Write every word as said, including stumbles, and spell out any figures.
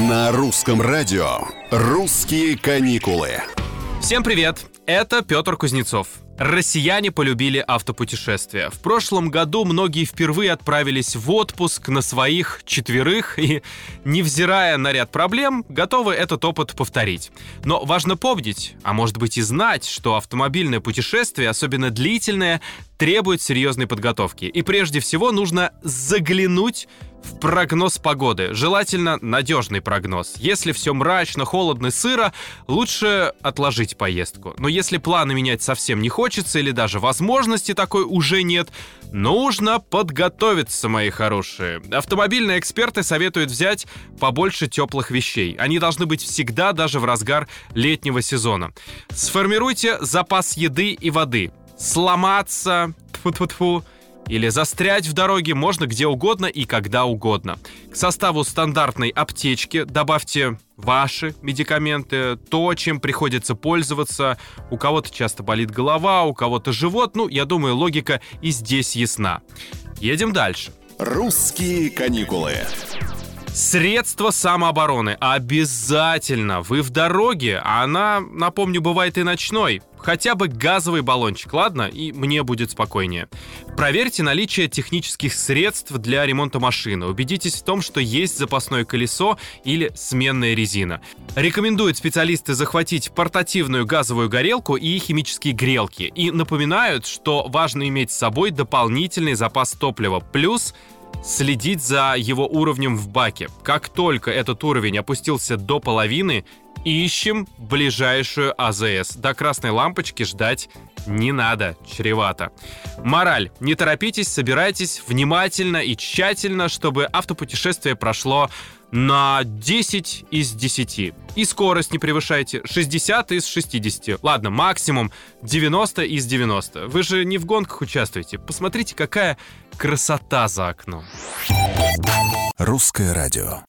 На русском радио «Русские каникулы». Всем привет! Это Петр Кузнецов. Россияне полюбили автопутешествия. В прошлом году многие впервые отправились в отпуск на своих четверых и, невзирая на ряд проблем, готовы этот опыт повторить. Но важно помнить, а может быть и знать, что автомобильное путешествие, особенно длительное, требует серьезной подготовки. И прежде всего нужно заглянуть в прогноз погоды. Желательно надежный прогноз. Если все мрачно, холодно, сыро, лучше отложить поездку. Но если планы менять совсем не хочется или даже возможности такой уже нет, нужно подготовиться, мои хорошие. Автомобильные эксперты советуют взять побольше теплых вещей. Они должны быть всегда, даже в разгар летнего сезона. Сформируйте запас еды и воды. Сломаться, тьфу-тьфу-тьфу, или застрять в дороге можно где угодно и когда угодно. К составу стандартной аптечки добавьте ваши медикаменты, то, чем приходится пользоваться. У кого-то часто болит голова, у кого-то живот. Ну, я думаю, логика и здесь ясна. Едем дальше. «Русские каникулы». Средства самообороны. Обязательно. Вы в дороге, а она, напомню, бывает и ночной. Хотя бы газовый баллончик, ладно? И мне будет спокойнее. Проверьте наличие технических средств для ремонта машины. Убедитесь в том, что есть запасное колесо или сменная резина. Рекомендуют специалисты захватить портативную газовую горелку и химические грелки. И напоминают, что важно иметь с собой дополнительный запас топлива. Плюс следить за его уровнем в баке. Как только этот уровень опустился до половины, ищем ближайшую АЗС. До красной лампочки ждать не надо, чревато. Мораль. Не торопитесь, собирайтесь внимательно и тщательно, чтобы автопутешествие прошло на десять из десяти. И скорость не превышайте шестьдесят из шестидесяти. Ладно, максимум девяносто из девяноста. Вы же не в гонках участвуете. Посмотрите, какая красота за окном. Русское радио.